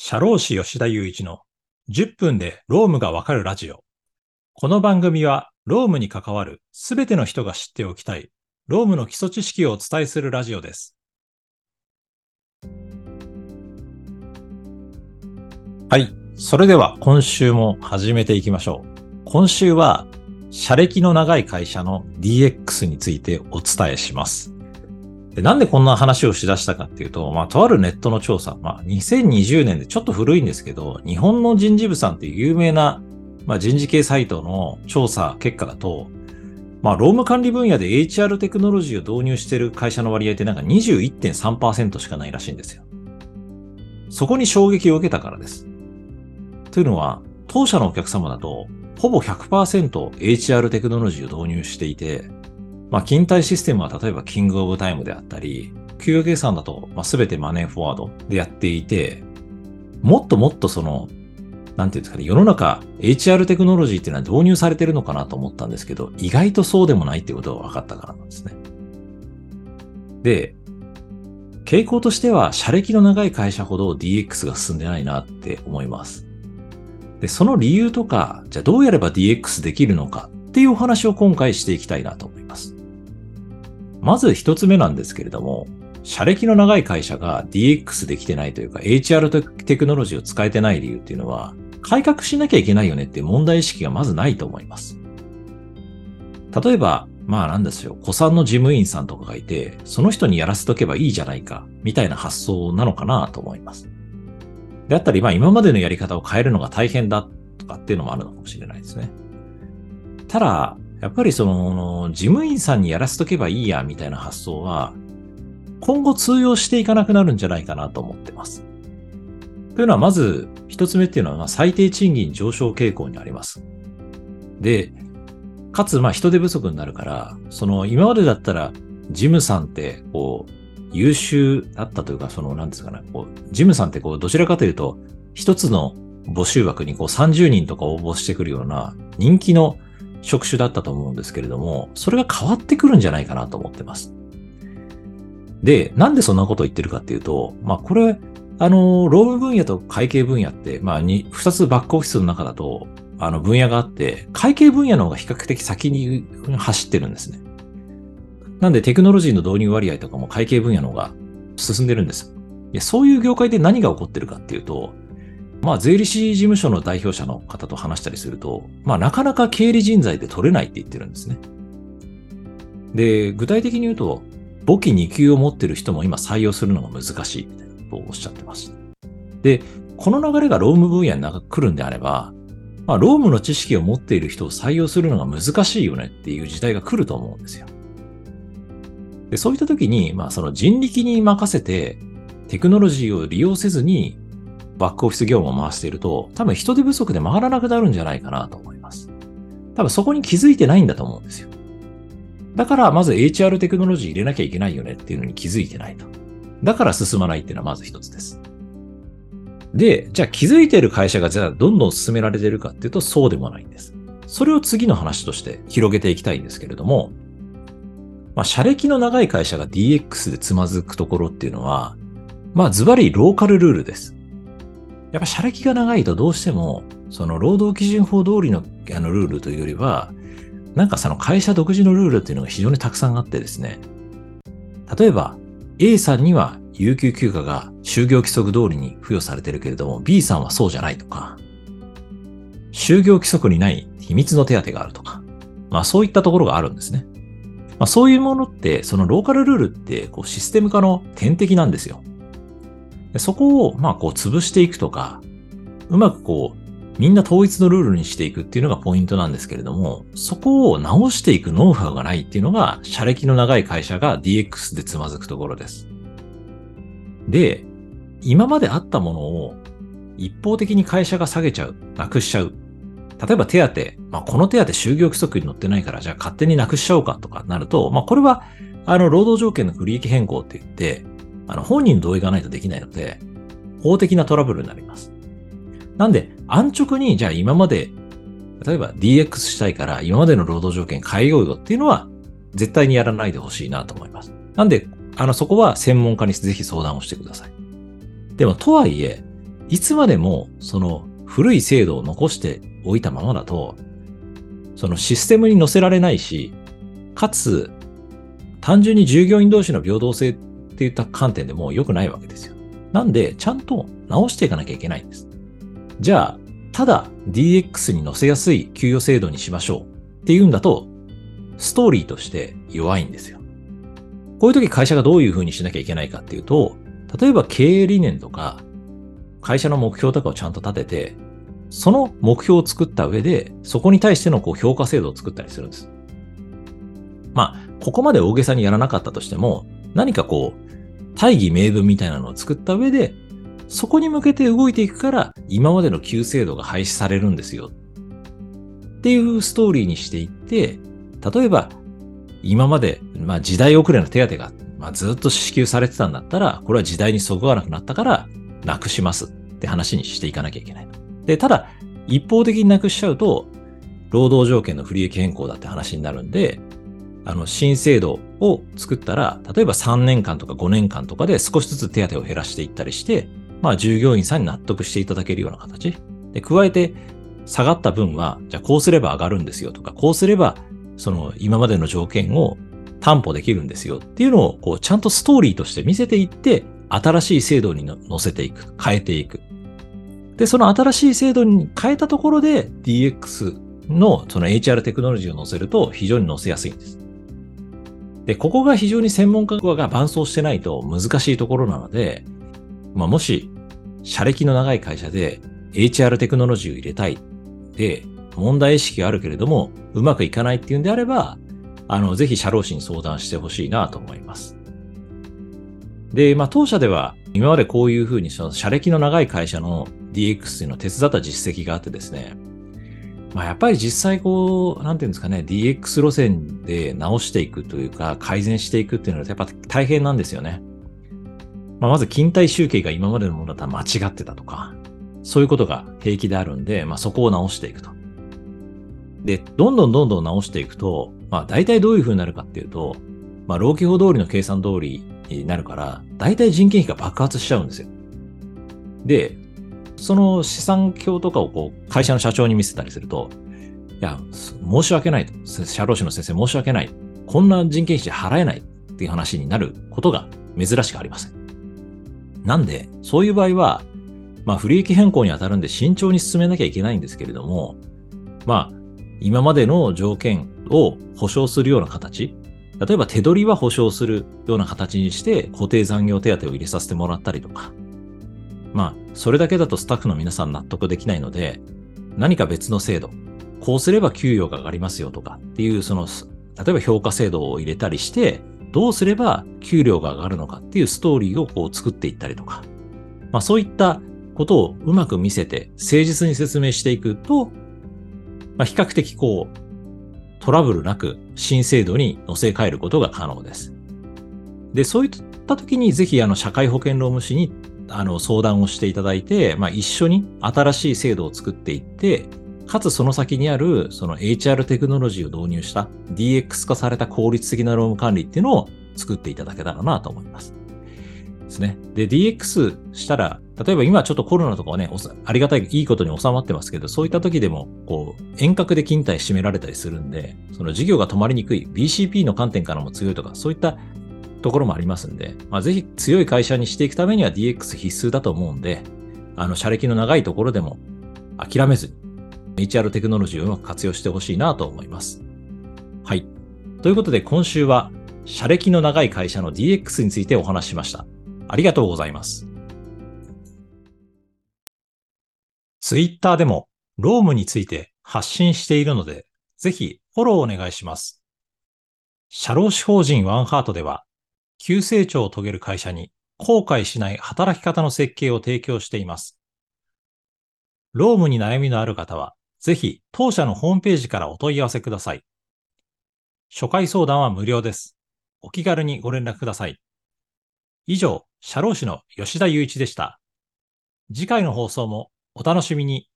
社労士吉田雄一の10分で労務がわかるラジオ。この番組は労務に関わるすべての人が知っておきたい労務の基礎知識をお伝えするラジオです。はい。それでは今週も始めていきましょう。今週は社歴の長い会社の DX についてお伝えします。で、なんでこんな話をしだしたかっていうと、とあるネットの調査、2020年でちょっと古いんですけど、日本の人事部さんっていう有名な、人事系サイトの調査結果だと、労務管理分野で HR テクノロジーを導入している会社の割合ってなんか 21.3% しかないらしいんですよ。そこに衝撃を受けたからです。というのは、当社のお客様だと、ほぼ 100% HR テクノロジーを導入していて、勤怠システムは例えばキングオブタイムであったり、給与計算だとすべてマネーフォワードでやっていて、もっともっとなんていうんですかね、世の中 HR テクノロジーっていうのは導入されてるのかなと思ったんですけど、意外とそうでもないっていうことが分かったからなんですね。で、傾向としては、社歴の長い会社ほど DX が進んでないなって思います。で、その理由とか、じゃあどうやれば DX できるのかっていうお話を今回していきたいなと思います。まず一つ目なんですけれども、社歴の長い会社が DX できてないというか HR テクノロジーを使えてない理由っていうのは、改革しなきゃいけないよねっていう問題意識がまずないと思います。例えば、なんですよ、古参の事務員さんとかがいて、その人にやらせとけばいいじゃないか、みたいな発想なのかなと思います。であったり、今までのやり方を変えるのが大変だとかっていうのもあるのかもしれないですね。ただ、やっぱり事務員さんにやらせとけばいいや、みたいな発想は、今後通用していかなくなるんじゃないかなと思ってます。というのは、まず、一つ目っていうのは、最低賃金上昇傾向にあります。で、かつ、人手不足になるから、今までだったら、事務さんって、優秀だったというか、なんですかね、事務さんってどちらかというと、一つの募集枠に30人とか応募してくるような人気の職種だったと思うんですけれども、それが変わってくるんじゃないかなと思ってます。で、なんでそんなことを言ってるかっていうと、これ、労務分野と会計分野って、二つバックオフィスの中だと、分野があって、会計分野の方が比較的先に走ってるんですね。なんでテクノロジーの導入割合とかも会計分野の方が進んでるんです。いや、そういう業界で何が起こってるかっていうと、税理士事務所の代表者の方と話したりすると、なかなか経理人材で取れないって言ってるんですね。で、具体的に言うと、簿記2級を持ってる人も今採用するのが難しいみたいなことをおっしゃってます。で、この流れが労務分野に来るんであれば、労務の知識を持っている人を採用するのが難しいよねっていう時代が来ると思うんですよ。で、そういった時に、人力に任せて、テクノロジーを利用せずに、バックオフィス業務を回していると、多分人手不足で回らなくなるんじゃないかなと思います。多分そこに気づいてないんだと思うんですよ。だから、まず HR テクノロジー入れなきゃいけないよねっていうのに気づいてないと。だから進まないっていうのはまず一つです。で、じゃあ気づいている会社がじゃあどんどん進められているかっていうとそうでもないんです。それを次の話として広げていきたいんですけれども、社歴の長い会社が DX でつまずくところっていうのは、ズバリローカルルールです。やっぱ社歴が長いとどうしても、労働基準法通りのルールというよりは、会社独自のルールっていうのが非常にたくさんあってですね。例えば、A さんには有給休暇が就業規則通りに付与されてるけれども、B さんはそうじゃないとか、就業規則にない秘密の手当があるとか、そういったところがあるんですね。そういうものって、そのローカルルールって、システム化の天敵なんですよ。そこを、潰していくとか、うまくみんな統一のルールにしていくっていうのがポイントなんですけれども、そこを直していくノウハウがないっていうのが、社歴の長い会社が DX でつまずくところです。で、今まであったものを一方的に会社が下げちゃう、なくしちゃう。例えば手当、この手当就業規則に載ってないから、じゃあ勝手になくしちゃおうかとかなると、これは、労働条件の不利益変更って言って、本人の同意がないとできないので、法的なトラブルになります。なんで、安直に、じゃあ今まで、例えば DX したいから今までの労働条件変えようよっていうのは、絶対にやらないでほしいなと思います。なんで、そこは専門家にぜひ相談をしてください。でも、とはいえ、 いつまでもその古い制度を残しておいたままだと、そのシステムに乗せられないし、かつ単純に従業員同士の平等性っていった観点でも良くないわけですよ。なんで、ちゃんと直していかなきゃいけないんです。じゃあ、ただ DX に乗せやすい給与制度にしましょうっていうんだと、ストーリーとして弱いんですよ。こういう時会社がどういう風にしなきゃいけないかっていうと、例えば経営理念とか、会社の目標とかをちゃんと立てて、その目標を作った上で、そこに対しての評価制度を作ったりするんです。まあ、ここまで大げさにやらなかったとしても、何か大義名分みたいなのを作った上で、そこに向けて動いていくから、今までの旧制度が廃止されるんですよ。っていうストーリーにしていって、例えば、今まで、時代遅れの手当が、ずっと支給されてたんだったら、これは時代にそぐわなくなったから、なくしますって話にしていかなきゃいけない。で、ただ、一方的になくしちゃうと、労働条件の不利益変更だって話になるんで、新制度を作ったら、例えば3年間とか5年間とかで少しずつ手当を減らしていったりして、従業員さんに納得していただけるような形。で、加えて、下がった分は、じゃあこうすれば上がるんですよとか、こうすれば、今までの条件を担保できるんですよっていうのを、ちゃんとストーリーとして見せていって、新しい制度に乗せていく、変えていく。で、その新しい制度に変えたところで DX のその HR テクノロジーを乗せると非常に乗せやすいんです。で、ここが非常に専門家が伴走してないと難しいところなので、もし、社歴の長い会社で HR テクノロジーを入れたいで、問題意識があるけれども、うまくいかないっていうんであれば、ぜひ社労士に相談してほしいなと思います。で、当社では、今までこういうふうに、その社歴の長い会社の DX というのを手伝った実績があってですね、やっぱり実際なんていうんですかね、DX 路線で直していくというか、改善していくっていうのはやっぱ大変なんですよね。まず勤怠集計が今までのものだったら間違ってたとか、そういうことが平気であるんで、そこを直していくと。で、どんどん直していくと、大体どういう風になるかっていうと、労基法通りの計算通りになるから、大体人件費が爆発しちゃうんですよ。で、その資産表とかを会社の社長に見せたりすると、いや、申し訳ないと。社労士の先生申し訳ない。こんな人件費払えないっていう話になることが珍しくありません。なんで、そういう場合は、不利益変更に当たるんで慎重に進めなきゃいけないんですけれども、今までの条件を保証するような形、例えば手取りは保証するような形にして固定残業手当を入れさせてもらったりとか、それだけだとスタッフの皆さん納得できないので、何か別の制度、こうすれば給与が上がりますよとかっていう、例えば評価制度を入れたりして、どうすれば給料が上がるのかっていうストーリーを作っていったりとか、そういったことをうまく見せて誠実に説明していくと、比較的トラブルなく新制度に乗せ替えることが可能です。で、そういった時にぜひ社会保険労務士に相談をしていただいて、一緒に新しい制度を作っていって、かつその先にあるその HR テクノロジーを導入した DX 化された効率的な労務管理っていうのを作っていただけたらなと思います。ですね。で、DX したら、例えば今ちょっとコロナとかはね、ありがたい、いいことに収まってますけど、そういった時でも、遠隔で勤怠締められたりするんで、その事業が止まりにくい、BCP の観点からも強いとか、そういったところもありますんで、ぜひ強い会社にしていくためには DX 必須だと思うんで、社歴の長いところでも諦めずに、HR テクノロジーをうまく活用してほしいなと思います。はい。ということで今週は、社歴の長い会社の DX についてお話ししました。ありがとうございます。Twitter でも、労務について発信しているので、ぜひフォローお願いします。社労士法人ワンハートでは、急成長を遂げる会社に後悔しない働き方の設計を提供しています。労務に悩みのある方は、ぜひ当社のホームページからお問い合わせください。初回相談は無料です。お気軽にご連絡ください。以上、社労士の吉田雄一でした。次回の放送もお楽しみに。